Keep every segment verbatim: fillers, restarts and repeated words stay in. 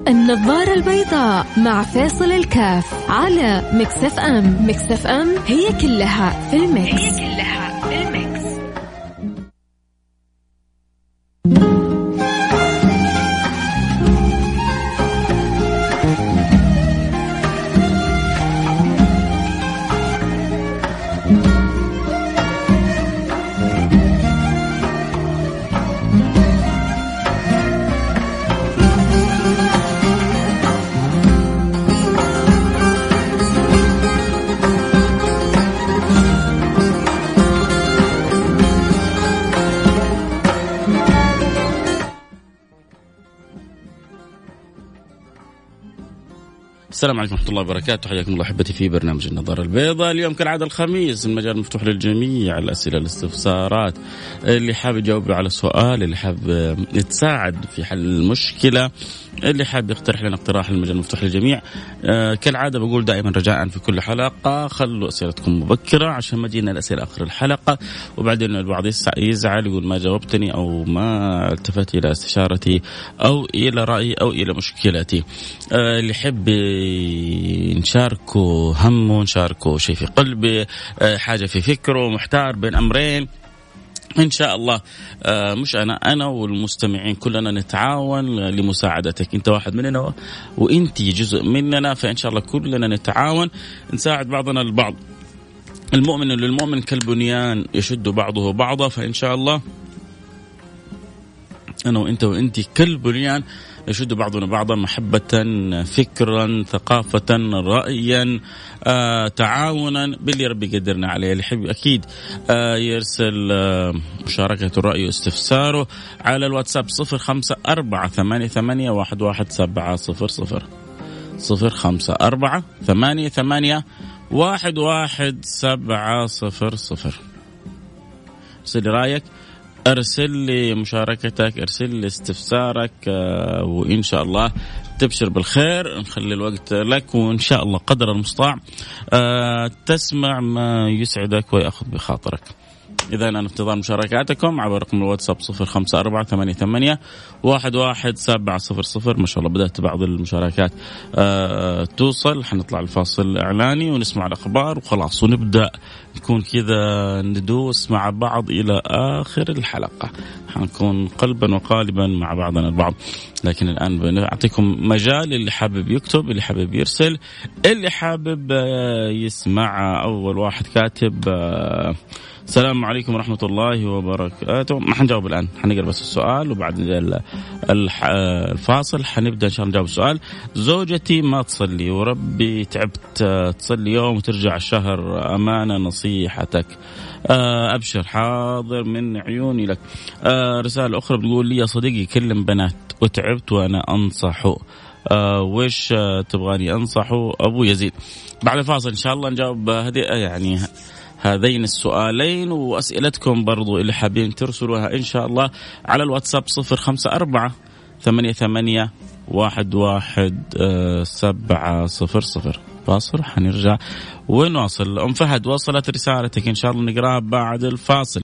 النظارة البيضاء مع فيصل الكاف على ميكس اف ام. ميكس اف ام هي كلها في الميكس. هي كلها في الميكس. السلام عليكم ورحمة الله وبركاته. حياكم الله أحبتي في برنامج النظارة البيضاء. اليوم كالعادة الخميس المجال مفتوح للجميع، الأسئلة الاستفسارات، اللي حاب يجاوب على سؤال، اللي حاب يتساعد في حل المشكلة، اللي حاب يقترح لنا اقتراح، المجال مفتوح للجميع. آه كالعادة بقول دائما رجاء في كل حلقة خلوا أسئلتكم مبكرة عشان ما جينا الأسئلة آخر الحلقة وبعدين البعض يزعل يقول ما جاوبتني أو ما التفت إلى استشارتي أو إلى رأيي أو إلى مشكلتي. آه اللي يحب نشاركه همه، نشاركه شيء في قلبه، آه حاجة في فكره، محتار بين أمرين، إن شاء الله آه مش أنا أنا والمستمعين كلنا نتعاون لمساعدتك. أنت واحد مننا وأنت جزء مننا، فإن شاء الله كلنا نتعاون نساعد بعضنا البعض. المؤمن للمؤمن كالبنيان يشد بعضه بعضا، فإن شاء الله أنا وأنت وأنت كالبنيان يشد بعضنا بعضا محبة، فكرا، ثقافة، رأيا، آه، تعاونا باللي ربي قدرنا عليه. اللي يحب أكيد آه، يرسل آه، مشاركة الرأي واستفساره على الواتساب صفر خمسة أربعة ثمانية ثمانية واحد واحد سبعة صفر صفر صفر خمسة أربعة ثمانية ثمانية واحد واحد سبعة صفر صفر. ارسل لي رأيك، ارسل لي مشاركتك، ارسل لي استفسارك، آه وإن شاء الله تبشر بالخير. نخلي الوقت لك وإن شاء الله قدر المستطاع آه تسمع ما يسعدك ويأخذ بخاطرك. إذا أنا انتظار مشاركاتكم عبر رقم الواتساب صفر خمسة أربعة ثمانية ثمانية واحد واحد سبعة صفر صفر. ما شاء الله بدأت بعض المشاركات آه توصل. حنطلع الفاصل الإعلاني ونسمع الأخبار وخلاص ونبدأ نكون كذا ندوس مع بعض إلى آخر الحلقة. حنكون قلبا وقالبا مع بعضنا البعض، لكن الآن بنعطيكم مجال اللي حابب يكتب، اللي حابب يرسل، اللي حابب آه يسمع. أول واحد كاتب آه السلام عليكم ورحمة الله وبركاته. ما حنجاوب الآن، حنقرأ بس السؤال وبعد الفاصل حنبدأ إن شاء الله نجاوب السؤال. زوجتي ما تصلي وربي تعبت تصلي يوم وترجع الشهر، أمانة نصيحتك. أبشر حاضر من عيوني لك. رسالة أخرى بتقول لي يا صديقي كلم بنات وتعبت وأنا أنصحه، وش تبغاني أنصحه؟ أبو يزيد. بعد الفاصل إن شاء الله نجاوب هذه يعني هذين السؤالين وأسئلتكم برضو اللي حابين ترسلوها إن شاء الله على الواتساب صفر خمسة أربعة ثمانية ثمانية واحد واحد سبعة صفر صفر. فاصل حنرجع ونواصل. أم فهد وصلت رسالتك إن شاء الله نقراها بعد الفاصل.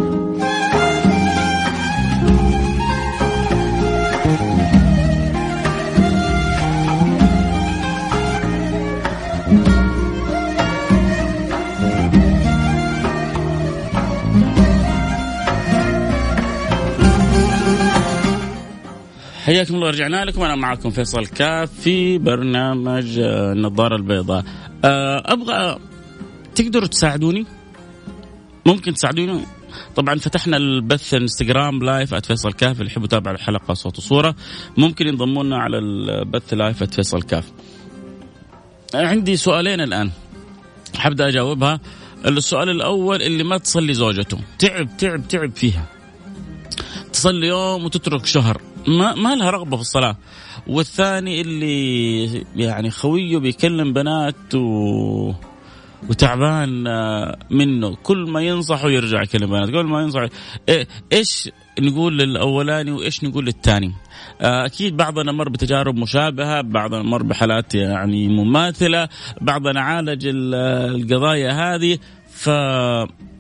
حياكم الله، رجعنا لكم. أنا معكم فيصل كاف في برنامج النظارة البيضاء. أبغى تقدروا تساعدوني، ممكن تساعدوني. طبعا فتحنا البث انستغرام لايف @فيصل كاف، اللي يحب يتابع الحلقة صوت وصورة ممكن ينضمونا على البث لايف @فيصل كاف. عندي سؤالين الآن حبدأ أجاوبها. السؤال الأول، اللي ما تصلي زوجته، تعب تعب تعب فيها، تصلي يوم وتترك شهر، ما ما لها رغبة في الصلاة. والثاني اللي يعني خويه بيكلم بنات و... وتعبان منه، كل ما ينصحه يرجع يكلم بنات، كل ما ينصح. إيش نقول للأولاني وإيش نقول للثاني؟ أكيد بعضنا مر بتجارب مشابهة، بعضنا مر بحالات يعني مماثلة، بعضنا عالج القضايا هذه. ف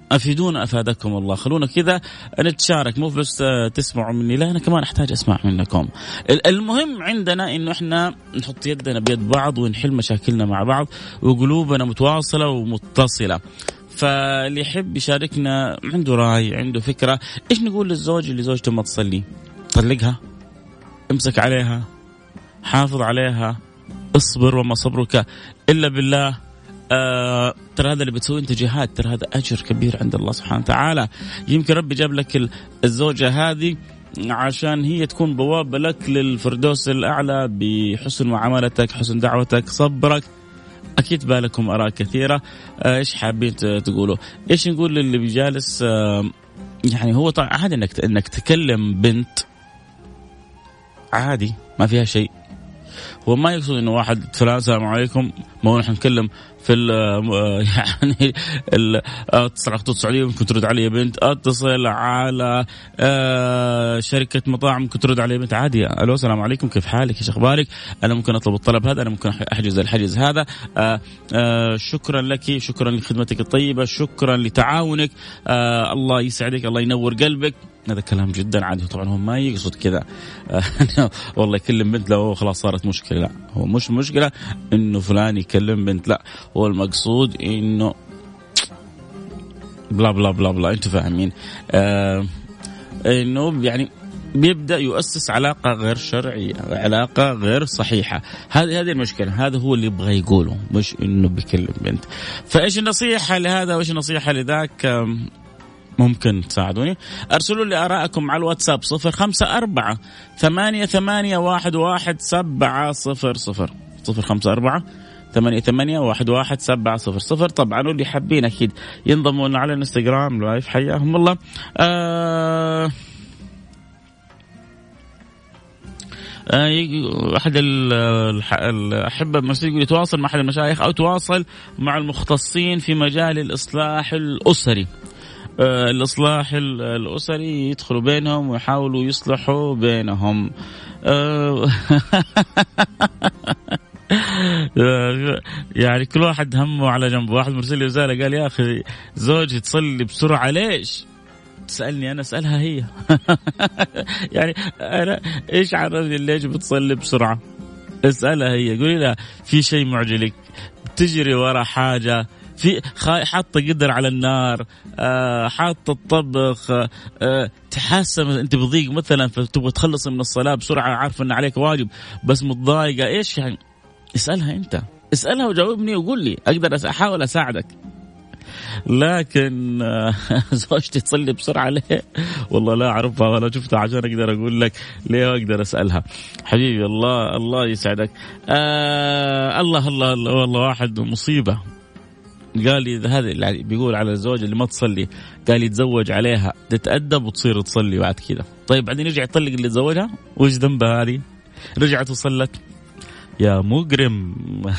أفيدونا أفادكم الله. خلونا كذا نتشارك، مو بس تسمعوا مني، لا أنا كمان أحتاج أسمع منكم. المهم عندنا إنه إحنا نحط يدنا بيد بعض ونحل مشاكلنا مع بعض وقلوبنا متواصلة ومتصلة. فاللي يحب يشاركنا عنده رأي عنده فكرة، إيش نقول للزوج اللي زوجته ما تصلي؟ طلقها، امسك عليها، حافظ عليها، اصبر وما صبرك إلا بالله. آه، ترى هذا اللي بتسوي انت جهاد، ترى هذا أجر كبير عند الله سبحانه وتعالى. يمكن ربي جاب لك الزوجة هذه عشان هي تكون بوابة لك للفردوس الأعلى بحسن معاملتك، حسن دعوتك، صبرك. أكيد بالكم آراء كثيرة. آه، إيش حابين تقولوا؟ إيش نقول للي بيجالس؟ آه، يعني هو طبعا عادي إنك إنك تكلم بنت، عادي ما فيها شيء. هو ما يقصد إنه واحد فلان السلام عليكم، ما هو نحن نتكلم في ال يعني اتصل على خطوط السعودية ممكن ترد علي بنت، اتصل على شركة مطاعم ممكن ترد علي بنت، عادي. الو السلام عليكم كيف حالك ايش اخبارك، انا ممكن اطلب الطلب هذا، انا ممكن احجز الحجز هذا، شكرا لك، شكرا لخدمتك الطيبة، شكرا لتعاونك، الله يسعدك، الله ينور قلبك. هذا كلام جدا عادي. طبعا هو ما يقصد كذا والله يكلم بنت لو خلاص صارت مشكلة، لا هو مش مشكلة انه فلان يكلم بنت، لا هو المقصود انه بلا بلا بلا بلا انتوا فاهمين. آه انه يعني بيبدأ يؤسس علاقة غير شرعية، علاقة غير صحيحة. هذه هذه المشكلة، هذا هو اللي يبغى يقوله، مش انه بيكلم بنت. فايش النصيحة لهذا وايش النصيحة لذاك؟ آه ممكن تساعدوني، أرسلوا لي آراءكم على الواتساب صفر خمسة أربعة ثمانية ثمانية واحد واحد سبعة صفر صفر صفر خمسة أربعة ثمانية ثمانية واحد واحد سبعة صفر صفر. طبعا واللي حابين أكيد ينضموا لنا على الانستغرام لايف حياهم الله. آه أحد الأحبة المسلمين يقول يتواصل مع أحد المشايخ أو تواصل مع المختصين في مجال الإصلاح الأسري. الإصلاح الأسري يدخلوا بينهم ويحاولوا يصلحوا بينهم. يعني كل واحد همه على جنب. واحد مرسل لي رسالة قال يا أخي زوجي تصلي بسرعة ليش؟ تسألني أنا أسألها هي. يعني أنا إيش عرفني ليش بتصلي بسرعة؟ اسألها هي، قولي لها في شيء معجلك، تجري ورا حاجة، في حاطة قدر على النار، آه حاطة الطبخ، آه تحاسم انت بضيق مثلا فتبغى تخلص من الصلاة بسرعة، عارفة ان عليك واجب بس متضايقة، ايش يعني؟ اسألها انت، اسألها وجاوبني وقول لي، اقدر احاول اساعدك. لكن آه زوجتي تصلي بسرعة ليه؟ والله لا أعرفها ولا شفتها عشان أقدر أقول لك ليه، وأقدر أسألها. حبيبي الله الله يسعدك. آه الله الله الله والله واحد مصيبة قال لي هذا اللي بيقول على الزوج اللي ما تصلي، قال يتزوج عليها تتأدب وتصير تصلي بعد كذا. طيب بعدين يرجع يطلق اللي تزوجها، وش ذنبها هذه؟ رجعت وصلت يا مجرم.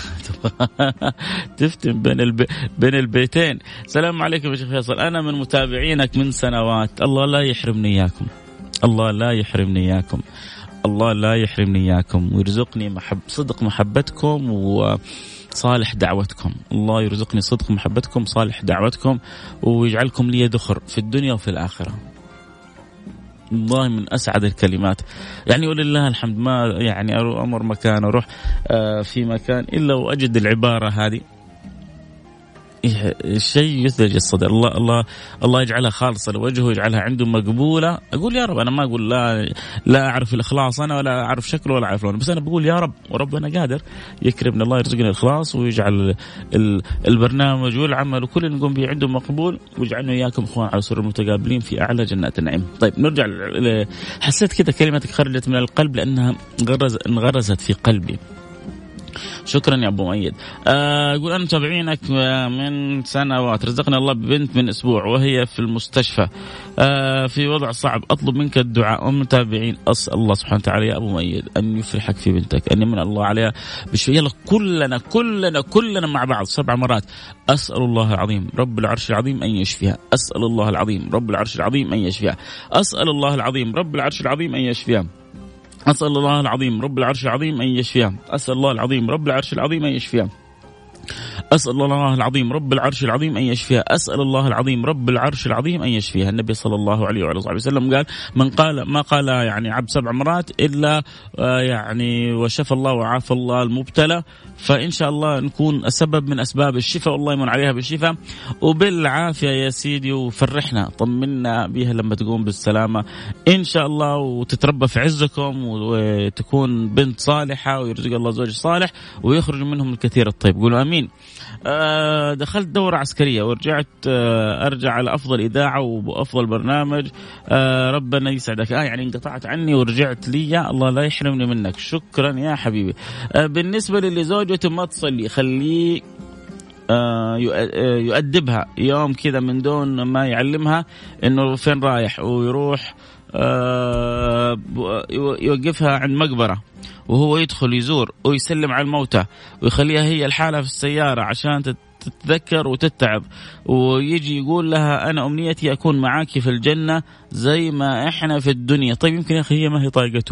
تفتن بين الب... بين البيتين. السلام عليكم يا شيخ فيصل، أنا من متابعينك من سنوات، الله لا يحرمني إياكم، الله لا يحرمني إياكم، الله لا يحرمني إياكم ويرزقني محب صدق محبتكم و صالح دعوتكم. الله يرزقني صدق محبتكم صالح دعوتكم ويجعلكم لي دخر في الدنيا وفي الآخرة. والله من أسعد الكلمات. يعني ولله الحمد ما يعني أمر مكان أروح في مكان إلا وأجد العبارة هذه، شيء يثلج الصدر. الله الله الله يجعلها خالصة لوجهه، يجعلها عنده مقبولة. أقول يا رب، أنا ما أقول لا لا أعرف الإخلاص أنا ولا أعرف شكله ولا أعرف لونه، بس أنا بقول يا رب، وربنا قادر يكرمنا، الله يرزقنا الإخلاص ويجعل البرنامج والعمل وكل اللي نقوم به عنده مقبول، ويجعلنا إياكم إخوان على سرور متقابلين في أعلى جنات النعيم. طيب نرجع، حسيت كده كلمتك خرجت من القلب لأنها غرز انغرزت في قلبي. شكرا يا أبو مؤيد. أقول أنا متابعينك من سنوات، رزقنا الله ببنت من أسبوع وهي في المستشفى في وضع صعب، أطلب منك الدعاء. ومتابعين أسأل الله سبحانه وتعالى يا أبو مؤيد أن يفرحك في بنتك، أن يمن الله عليها بشوية. يلا كلنا كلنا كلنا مع بعض سبع مرات، أسأل الله العظيم رب العرش العظيم أن يشفيها، أسأل الله العظيم رب العرش العظيم أن يشفيها، أسأل الله العظيم رب العرش العظيم أن يشفيها، أسأل الله العظيم رب العرش العظيم أن يشفيها، أسأل الله العظيم رب العرش العظيم أن يشفيها، أسأل الله العظيم رب العرش العظيم أن يشفيها، أسأل الله العظيم رب العرش العظيم أن يشفيها. النبي صلى الله عليه وعلى صحبه وسلم قال من قال ما قال يعني عبد سبع مرات إلا يعني وشفى الله وعافى الله المبتلى، فإن شاء الله نكون سبب من أسباب الشفاء، والله يمن عليها بالشفاء وبالعافية يا سيدي، وفرحنا طمنا بها لما تقوم بالسلامة إن شاء الله، وتتربى في عزكم وتكون بنت صالحة ويرزق الله زوج صالح ويخرج منهم الكثير الطيب. قولوا آمين. آه دخلت دورة عسكرية ورجعت آه أرجع على أفضل إذاعة وأفضل برنامج. آه ربنا يسعدك. آه يعني انقطعت عني ورجعت لي، يا الله لا يحرمني منك. شكرا يا حبيبي. آه بالنسبة للي زوجته ما تصلي خليه آه يؤدبها يوم كذا من دون ما يعلمها إنه فين رايح، ويروح آه يوقفها عند مقبرة وهو يدخل يزور ويسلم على الموتى، ويخليها هي الحالة في السيارة عشان تتذكر وتتعظ، ويجي يقول لها أنا أمنيتي أكون معاك في الجنة زي ما إحنا في الدنيا. طيب يمكن يا أخي هي ما هي طايقته.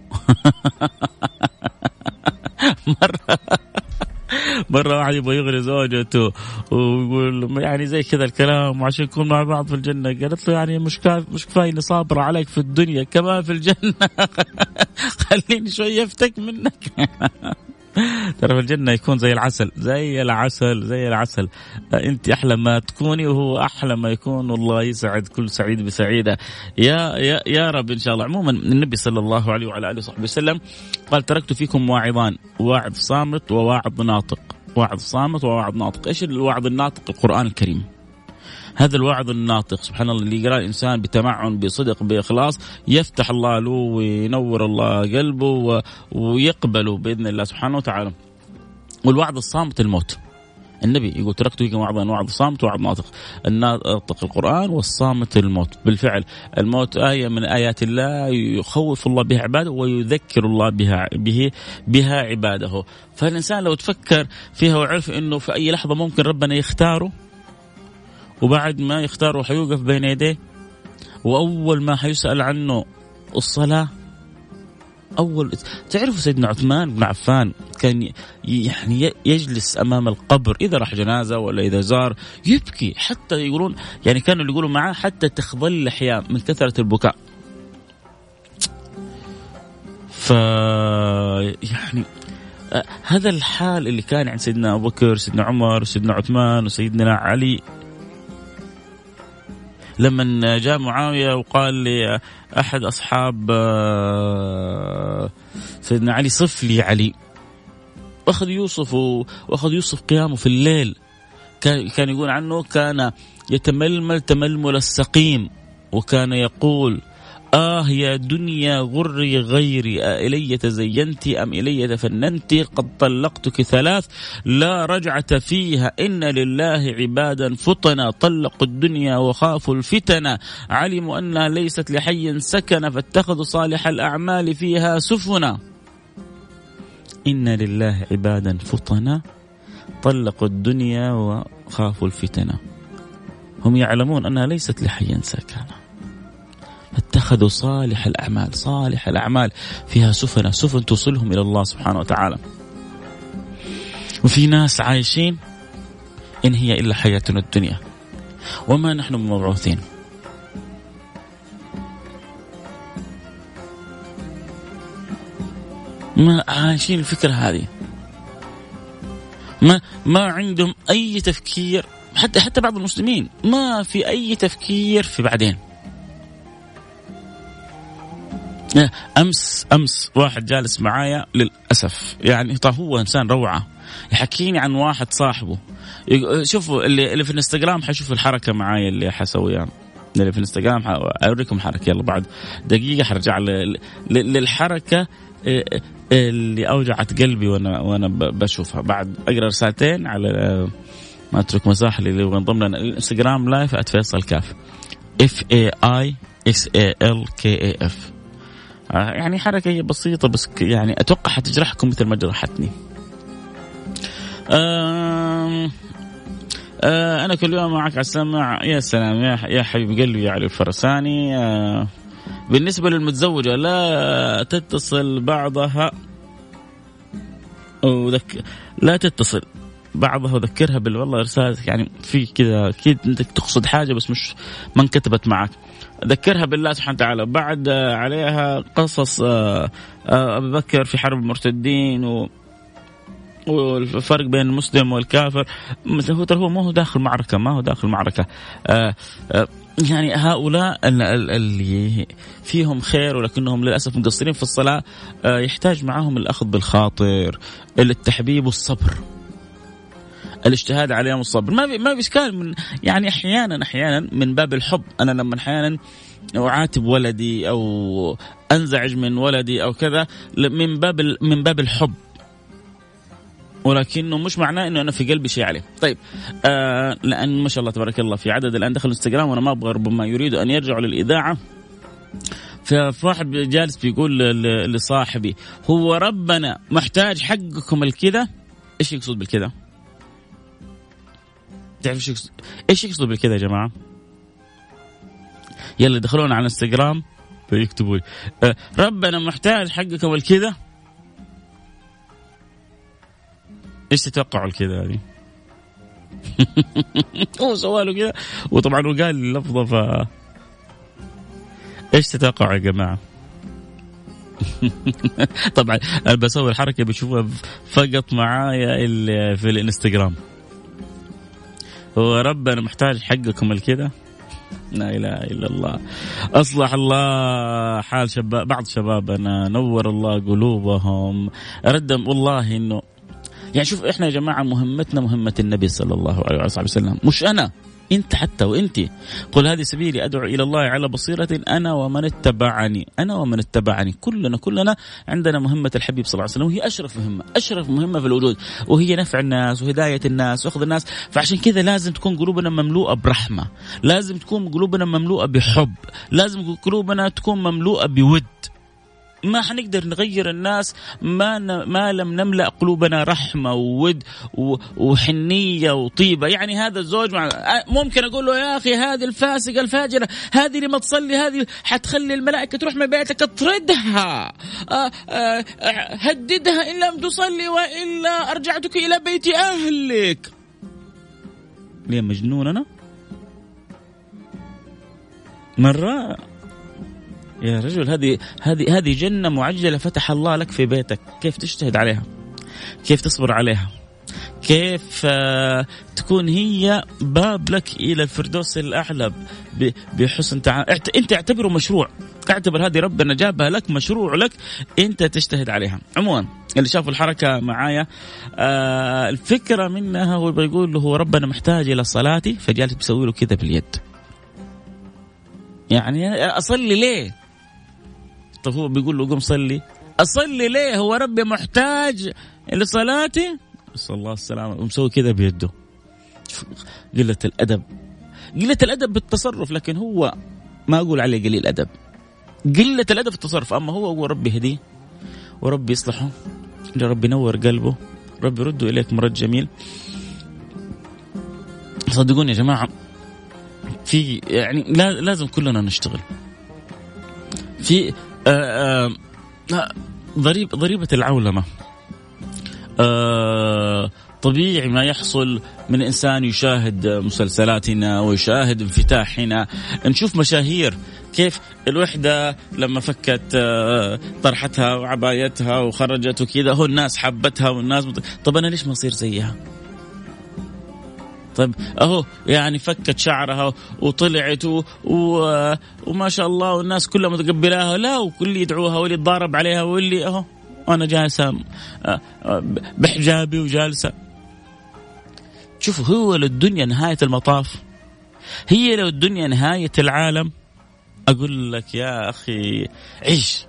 مرة مرة واحد يبغى يغري زوجته ويقول يعني زي كذا الكلام وعشان نكون مع بعض في الجنة، قالت له يعني مش مش كفاية إني صابرة عليك في الدنيا كمان في الجنة. خليني شوية أفتك منك. ترى في الجنة يكون زي العسل زي العسل زي العسل. أنت أحلى ما تكوني وهو أحلى ما يكون، والله يسعد كل سعيد بسعيدة يا يا يا رب إن شاء الله. عموما النبي صلى الله عليه وعلى آله وصحبه وسلم قال تركت فيكم واعظان، واعظ صامت وواعظ ناطق. واعظ صامت وواعظ ناطق. إيش الواعظ الناطق؟ القرآن الكريم. هذا الوعظ الناطق سبحان الله اللي يقرأ الإنسان بتمعن بصدق بإخلاص يفتح الله له وينور الله قلبه ويقبله بإذن الله سبحانه وتعالى. والوعظ الصامت الموت. النبي يقول تركت فيكم وعظا، وعظ صامت ووعظ ناطق. الناطق القرآن والصامت الموت. بالفعل الموت آية من آيات الله يخوف الله بها عباده ويذكر الله بها به بها عباده. فالإنسان لو تفكر فيها وعرف إنه في أي لحظة ممكن ربنا يختاره، وبعد ما يختاره حيوقف بين يديه، وأول ما حيسأل عنه الصلاة. أول تعرفوا سيدنا عثمان بن عفان كان يعني يجلس أمام القبر إذا راح جنازة ولا إذا زار يبكي، حتى يقولون يعني كانوا يقولوا معاه حتى تخضل لحياه من كثرة البكاء. ف يعني هذا الحال اللي كان عند سيدنا أبو بكر سيدنا عمر سيدنا عثمان وسيدنا علي. لما جاء معاوية وقال لأحد أصحاب سيدنا علي صف لي علي، وأخذ يوصف وأخذ يوصف قيامه في الليل. كان يقول عنه كان يتململ تململ السقيم، وكان يقول آه يا دنيا غري غيري، أإلي تزينتي أم إلي تفننت؟ قد طلقتك ثلاث لا رجعة فيها، إن لله عبادا فتنا طلقوا الدنيا وخافوا الفتنة، علموا أنها ليست لحي سكن فاتخذوا صالح الأعمال فيها سفنا. إن لله عبادا فتنا طلقوا الدنيا وخافوا الفتنة، هم يعلمون أنها ليست لحي سكن اتخذوا صالح الأعمال صالح الأعمال فيها سفن سفن توصلهم إلى الله سبحانه وتعالى. وفي ناس عايشين إن هي إلا حياتنا الدنيا وما نحن مبعوثين. ما عايشين الفكرة هذه، ما ما عندهم أي تفكير. حتى حتى بعض المسلمين ما في أي تفكير في بعدين. أمس أمس واحد جالس معايا للأسف يعني طيب هو إنسان روعة يحكيني عن واحد صاحبه. شوفوا اللي اللي في الانستغرام حشوفوا الحركة معايا اللي حسويها اللي في الانستغرام. أوريكم حركة يلا بعد دقيقة حرجع للحركة اللي أوجعت قلبي وأنا وأنا بشوفها. بعد أقرأ رسالتين على ما أترك مساحة اللي ينضم لنا الانستغرام لايف @فيصل كاف F A I S A L K A F. يعني حركة هي بسيطة بس يعني أتوقع حتجرحكم مثل ما جرحتني. آه آه أنا كل يوم معك على السمع. يا سلام يا يا حبيب قلبي يا علي الفرساني. آه بالنسبة للمتزوجة لا تتصل بعضها أو ذك لا تتصل بعضها وذكرها بال والله رسالة يعني في كذا أكيد أنت تقصد حاجة بس مش ما انكتبت معك. ذكرها بالله سبحانه وتعالى. بعد عليها قصص أبي بكر في حرب المرتدين و والفرق بين المسلم والكافر. هو ترى هو ما هو داخل معركة ما هو داخل معركة آآ آآ يعني هؤلاء اللي فيهم خير ولكنهم للأسف مقصرين في الصلاة يحتاج معهم الأخذ بالخاطر، التحبيب والصبر، الاجتهاد عليهم الصبر. ما ما بإشكال من يعني أحيانا أحيانا من باب الحب. أنا لما أحيانا أعاتب ولدي أو أنزعج من ولدي أو كذا من باب من باب الحب، ولكنه مش معناه انه انا في قلبي شيء عليه. طيب آه لان ما شاء الله تبارك الله في عدد الان دخل انستغرام وانا ما ابغى ربما يريدوا ان يرجعوا للاذاعه. فواحد جالس بيقول لصاحبي هو ربنا محتاج حقكم الكذا. ايش يقصد بالكذا؟ تعرف ايش يقصد ايش يقصد بالكذا يا جماعه؟ يلا دخلونا على انستغرام فيكتبوا لي آه ربنا محتاج حقكم الكذا. ايش تتوقعوا الكذا هذه؟ هو سواله كذا وطبعا هو قال اللفظه. ف ايش تتوقعوا يا جماعه؟ طبعا انا بسوي الحركه بشوفها فقط معايا في الانستغرام. هو ربنا محتاج حقكم الكذا. لا اله الا الله. اصلح الله حال شباب بعض شبابنا، نور الله قلوبهم، ردم والله انه يعني شوف احنا يا جماعه مهمتنا مهمه النبي صلى الله عليه وسلم، مش انا انت حتى وانت. قل هذه سبيلي ادعو الى الله على بصيره انا ومن اتبعني. انا ومن اتبعني كلنا كلنا عندنا مهمه الحبيب صلى الله عليه وسلم، وهي اشرف مهمه اشرف مهمه في الوجود، وهي نفع الناس وهدايه الناس واخذ الناس. فعشان كذا لازم تكون قلوبنا مملوءه برحمه، لازم تكون قلوبنا مملوءه بحب، لازم قلوبنا تكون مملوءه بود. ما حنقدر نغير الناس ما ن... ما لم نملأ قلوبنا رحمة وود و... وحنية وطيبة. يعني هذا الزوج مع... ممكن أقول له يا أخي هذه الفاسقة الفاجرة هذه اللي ما تصلي هذه حتخلي الملائكة تروح من بيتك تطردها آه آه هددها إن لم تصلي وإلا أرجعتك إلى بيت أهلك. ليه مجنون أنا مرة يا رجل؟ هذه هذه هذه جنة معجلة فتح الله لك في بيتك. كيف تجتهد عليها؟ كيف تصبر عليها؟ كيف تكون هي باب لك إلى الفردوس الأعلى بحسن تعامل. أنت اعتبره مشروع، اعتبر هذه ربنا جابها لك مشروع لك أنت تجتهد عليها. عموما اللي شافوا الحركة معايا آه الفكرة منها هو بيقول له هو ربنا محتاج إلى صلاتي فجالس بيسوي له كذا باليد. يعني أصلي ليه؟ طب هو بيقول له قم صلي. أصلي ليه؟ هو ربي محتاج لصلاتي؟ صلى الله السلامة ومسوي كذا بيده. قلة الأدب، قلة الأدب بالتصرف، لكن هو ما أقول عليه قليل الأدب، قلة الأدب في التصرف. أما هو هو ربي هديه وربي يصلحه، ربي ينور قلبه، ربي يرده إليك مرد جميل. صدقوني يا جماعة في يعني لازم كلنا نشتغل في آآ آآ ضريب ضريبة العولمة. طبيعي ما يحصل من إنسان يشاهد مسلسلاتنا ويشاهد انفتاحنا، نشوف مشاهير كيف الوحدة لما فكت طرحتها وعبايتها وخرجت وكذا هو الناس حبتها والناس بت... طب أنا ليش ما أصير زيها؟ طيب أهو يعني فكت شعرها وطلعت و... و... وما شاء الله والناس كلها متقبلاها، لا وكل يدعوها واللي يتضارب عليها واللي أهو وأنا جالسة بحجابي وجالسة. شوفوا هو للدنيا نهاية المطاف، هي لو الدنيا نهاية العالم أقول لك يا أخي عيش.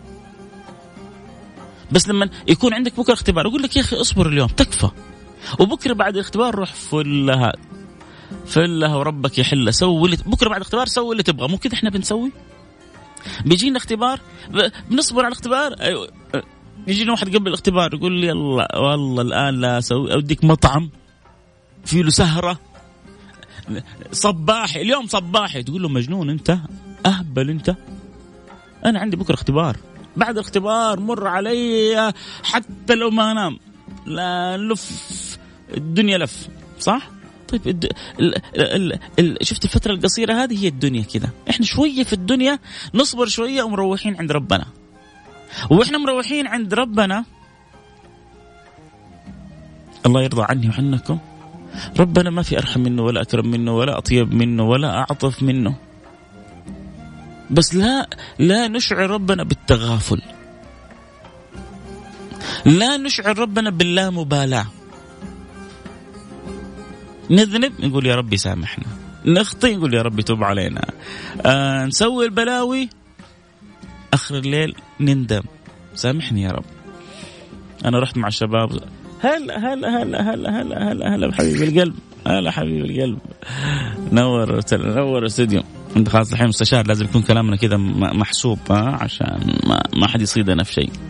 بس لما يكون عندك بكرة اختبار أقول لك يا أخي اصبر اليوم تكفى، وبكرة بعد الاختبار روح فلها فلها وربك يحل. سوي بكرة بعد الاختبار سوي اللي تبغى. مو كده احنا بنسوي؟ بيجينا اختبار بنصبر على الاختبار. أيوة. يجينا واحد قبل الاختبار يقول لي يلا والله الآن لا أسوي أوديك مطعم في له سهرة صباحي اليوم صباحي. تقول له مجنون أنت، أهبل أنت، أنا عندي بكرة اختبار. بعد الاختبار مر علي حتى لو ما أنام لا نلف الدنيا لف صح. طيب ال ال ال شفت الفترة القصيرة هذه هي الدنيا كذا، احنا شوية في الدنيا نصبر شوية ومروحين عند ربنا. واحنا مروحين عند ربنا الله يرضى عني وعنكم، ربنا ما في أرحم منه ولا أكرم منه ولا أطيب منه ولا أعطف منه. بس لا لا نشعر ربنا بالتغافل، لا نشعر ربنا باللامبالاة. نذنب نقول يا ربي سامحنا، نخطئ نقول يا ربي توب علينا، آه نسوي البلاوي آخر الليل نندم سامحني يا رب. أنا رحت مع الشباب هلا هلا هلا هلا هلا هلا هلا حبيبي القلب، هلا حبيبي القلب، نور نور الاستوديو. انت خلاص الحين مستشار، لازم يكون كلامنا كذا محسوب ها عشان ما ما حد يصيدنا في شيء.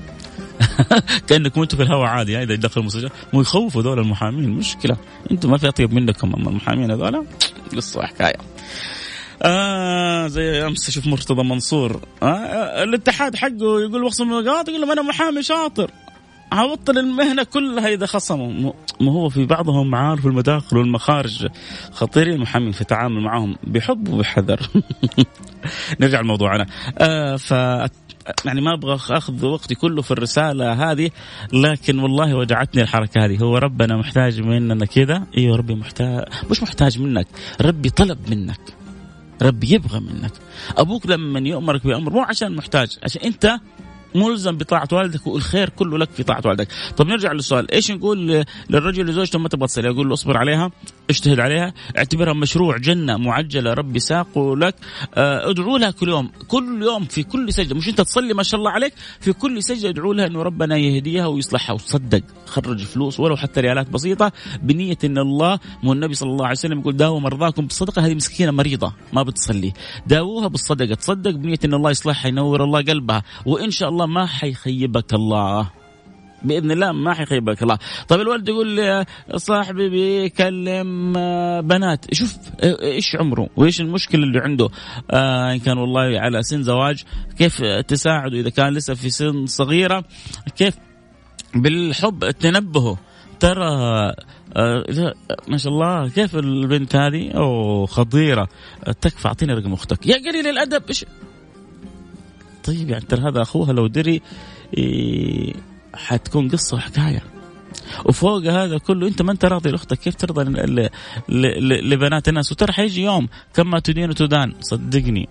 كأنكم انتم في الهواء عادي، اذا دخل المستشار مو يخوفوا دول المحامين، مشكله انتم ما في اطيب منكم اما المحامين هذول قصه حكايه. آه زي امس اشوف مرتضى منصور آه الاتحاد حقه يقول وخصم النقاط، يقول له انا محامي شاطر عوضت المهنة كلها إذا خصموا. ما هو في بعضهم عارف المداخل والمخارج خطيرين، المحامين في التعامل معهم بحب وبحذر. نرجع لموضوعنا. آه ف يعني ما أبغى أخذ وقتي كله في الرسالة هذه، لكن والله وجعتني الحركة هذه. هو ربنا محتاج مننا كذا؟ أيوة ربي محتاج، مش محتاج منك، ربي طلب منك، ربي يبغى منك. أبوك لما يؤمرك بأمر مو عشان محتاج، عشان أنت ملزم بطاعة والدك والخير كله لك في طاعة والدك. طب نرجع للسؤال، ايش نقول للرجل لزوجته ما تبغى تصلي؟ اقول له اصبر عليها، اجتهد عليها، اعتبرها مشروع جنة معجلة ربي ساقه لك، ادعو لها كل يوم، كل يوم في كل سجدة، مش انت تصلي ما شاء الله عليك، في كل سجدة ادعو لها انه ربنا يهديها ويصلحها. وتصدق خرج فلوس ولو حتى ريالات بسيطة بنية ان الله، مو النبي صلى الله عليه وسلم يقول داووا مرضاكم بالصدقة، هذه مسكينة مريضة ما بتصلي، داووها بالصدقة، تصدق بنية ان الله يصلحها ينور الله قلبها، وان شاء الله ما حيخيبك الله بإذن الله، ما حيخيبك الله. طيب الولد يقول لي صاحبي بيكلم بنات، شوف إيش عمره وإيش المشكلة اللي عنده، آه إن كان والله على سن زواج كيف تساعده، إذا كان لسه في سن صغيرة كيف بالحب تنبهه. ترى آه ما شاء الله كيف البنت هذه أو خطيرة، تكفى أعطيني رقم أختك يا قليل الأدب. إيش طيب يعني ترى هذا أخوها لو دري إيه حتكون قصة وحكاية. وفوق هذا كله أنت ما أنت راضي لأختك، كيف ترضى ل... ل... لبنات الناس؟ وترى حيجي يوم كما تدين تدان، صدقني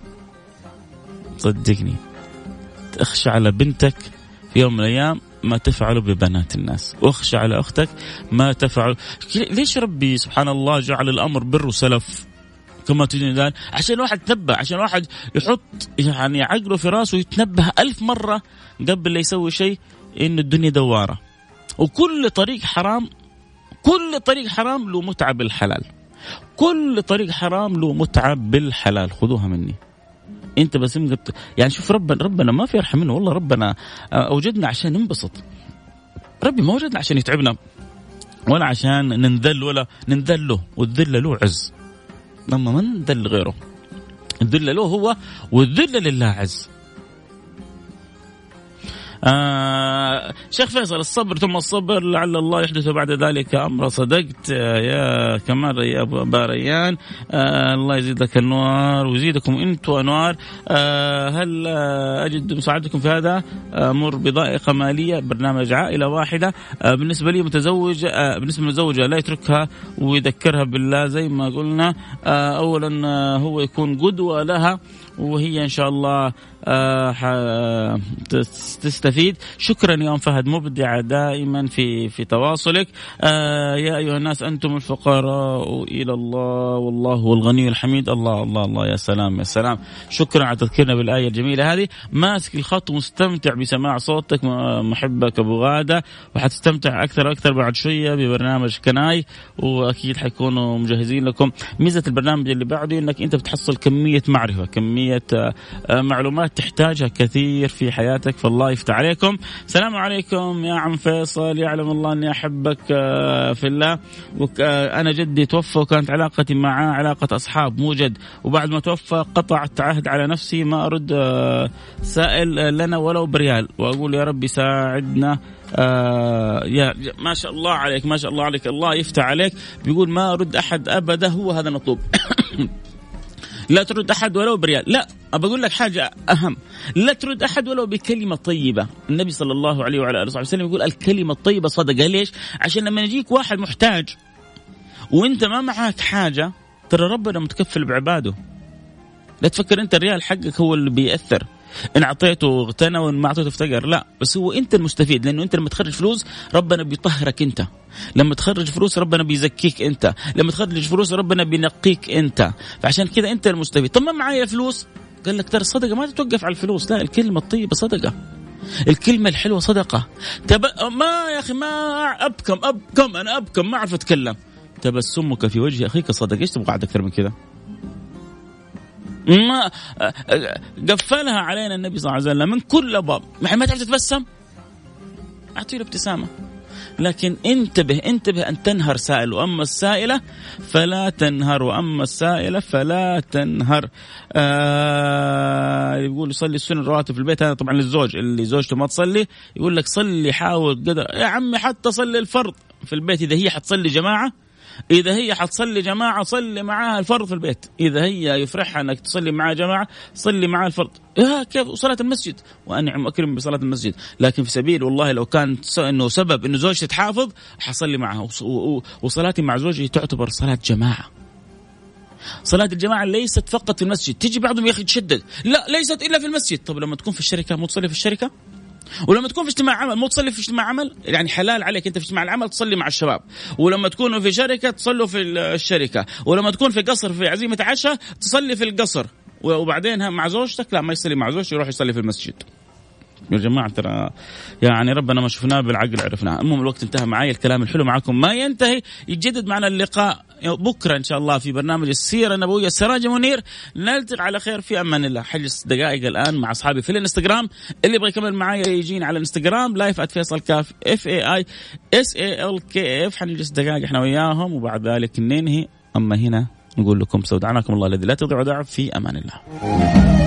صدقني اخشى على بنتك في يوم من الأيام ما تفعله ببنات الناس، واخشى على أختك ما تفعل. ليش ربي سبحان الله جعل الأمر بر وسلف كما تدين الآن؟ عشان واحد تنبه، عشان واحد يحط يعني عقله في راسه ويتنبه ألف مرة قبل لا يسوي شيء إن الدنيا دوارة، وكل طريق حرام، كل طريق حرام له متعة بالحلال، كل طريق حرام له متعة بالحلال، خذوها مني. أنت بس يعني شوف ربنا ربنا ما في يرحم منه والله. ربنا أوجدنا عشان ننبسط، ربي ما وجدنا عشان يتعبنا ولا عشان ننذل ولا ننذل له، والذل له عز، لما من ذل غيره، الذل له هو والذل لله عز. آه شيخ فيصل، الصبر ثم الصبر لعل الله يحدث بعد ذلك أمر. صدقت يا كمال يا أبو باريان، آه الله يزيدك النور ويزيدكم أنتوا أنوار. آه هل أجد مساعدتكم في هذا؟ أمر بضائقة مالية، برنامج عائلة واحدة. آه بالنسبة لي متزوج، آه بالنسبة للمتزوجة لا يتركها ويذكرها بالله زي ما قلنا. آه أولا آه هو يكون قدوة لها، وهي إن شاء الله آه تستفيد. شكرا يا أم فهد، مبدعة دائما في في تواصلك. آه يا أيها الناس أنتم الفقراء إلى الله والله هو الغني الحميد. الله الله الله يا سلام يا سلام، شكرا على تذكيرنا بالآية الجميلة هذه. ماسك الخط ومستمتع بسماع صوتك، محبك أبو غادة، وحتستمتع أكثر أكثر بعد شوية ببرنامج كناي، وأكيد حيكونوا مجهزين لكم. ميزة البرنامج اللي بعده إنك أنت بتحصل كمية معرفة، كمية معلومات تحتاجها كثير في حياتك، فالله يفتح عليكم. السلام عليكم يا عم فيصل، يعلم الله أني أحبك في الله. أنا جدي توفى وكانت علاقتي معه علاقة أصحاب مو جد، وبعد ما توفى قطعت عهد على نفسي ما أرد سائل لنا ولو بريال، وأقول يا رب ساعدنا آه يا ما شاء الله عليك ما شاء الله عليك الله يفتح عليك. بيقول ما أرد أحد أبدا، هو هذا المطلوب. لا ترد أحد ولو بريال. لا، أبى أقول لك حاجة أهم، لا ترد أحد ولو بكلمة طيبة. النبي صلى الله عليه وعلى آله وسلم يقول الكلمة الطيبة صدقة. ليش؟ عشان لما يجيك واحد محتاج وانت ما معك حاجة، ترى ربنا متكفل بعباده. لا تفكر انت الريال حقك هو اللي بيأثر، ان اعطيته اغتنى وان ما اعطيته افتقر. لا، بس هو انت المستفيد، لانه انت لما تخرج فلوس ربنا بيطهرك انت، لما تخرج فلوس ربنا بيزكيك انت، لما تخرج فلوس ربنا بينقيك انت. فعشان كذا انت المستفيد. طب ما معايا فلوس، قال لك ترى الصدقة ما تتوقف على الفلوس، لا، الكلمة الطيبة صدقة، الكلمة الحلوة صدقة. تب... ما يا أخي ما أبكم أبكم أنا أبكم ما أعرف أتكلم، تبسمك في وجه أخيك صدقة. إيش تبغى بعد أكثر من كذا؟ ما قفلها علينا النبي صلى الله عليه وسلم من كل باب. ما تعرف تتبسم، أعطي له ابتسامة. لكن انتبه انتبه أن تنهر سائل، وأما السائلة فلا تنهر، وأما السائلة فلا تنهر. آه يقول يصلي السنة الرواتب في البيت، هذا طبعا للزوج اللي زوجته ما تصلي، يقول لك صلي حاول قدر يا عمي حتى صلي الفرض في البيت. إذا هي حتصلي جماعة إذا هي حتصلي جماعة صلي معاها الفرض في البيت. إذا هي يفرحها أنك تصلي معها جماعة صلي معها الفرض. إيه كيف صلاة المسجد، وأنعم أكرم بصلاة المسجد. لكن في سبيل والله لو كان إنه سبب إنه زوجتي تحافظ حصلي معها. وصلاتي مع زوجي تعتبر صلاة جماعة. صلاة الجماعة ليست فقط في المسجد. تيجي بعضهم يا أخي تشدد، لا ليست إلا في المسجد. طب لما تكون في الشركة مو تصلي في الشركة؟ ولما تكون في اجتماع عمل مو تصلي في اجتماع عمل؟ يعني حلال عليك انت في اجتماع العمل تصلي مع الشباب، ولما تكونوا في شركه تصلوا في الشركه، ولما تكون في قصر في عزيمه عشاء تصلي في القصر، وبعدين مع زوجتك لا ما يصلي مع زوجته يروح يصلي في المسجد. يا جماعة ترى يعني ربنا ما شفناه بالعقل عرفناه. المهم الوقت انتهى معي، الكلام الحلو معكم ما ينتهي، يتجدد معنا اللقاء بكرة إن شاء الله في برنامج السيرة النبوية السراج منير. نلتقي على خير في أمان الله. حجز دقائق الآن مع أصحابي في الانستغرام، اللي يبغى يكمل معايا يجينا على الانستغرام لايف ات فيصل كاف اف اي اي اس اي ال كي اف. حنجلس دقائق احنا وياهم وبعد ذلك ننهي. أما هنا نقول لكم استودعناكم الله الذي لا تضيع ودائعه في أمان الله.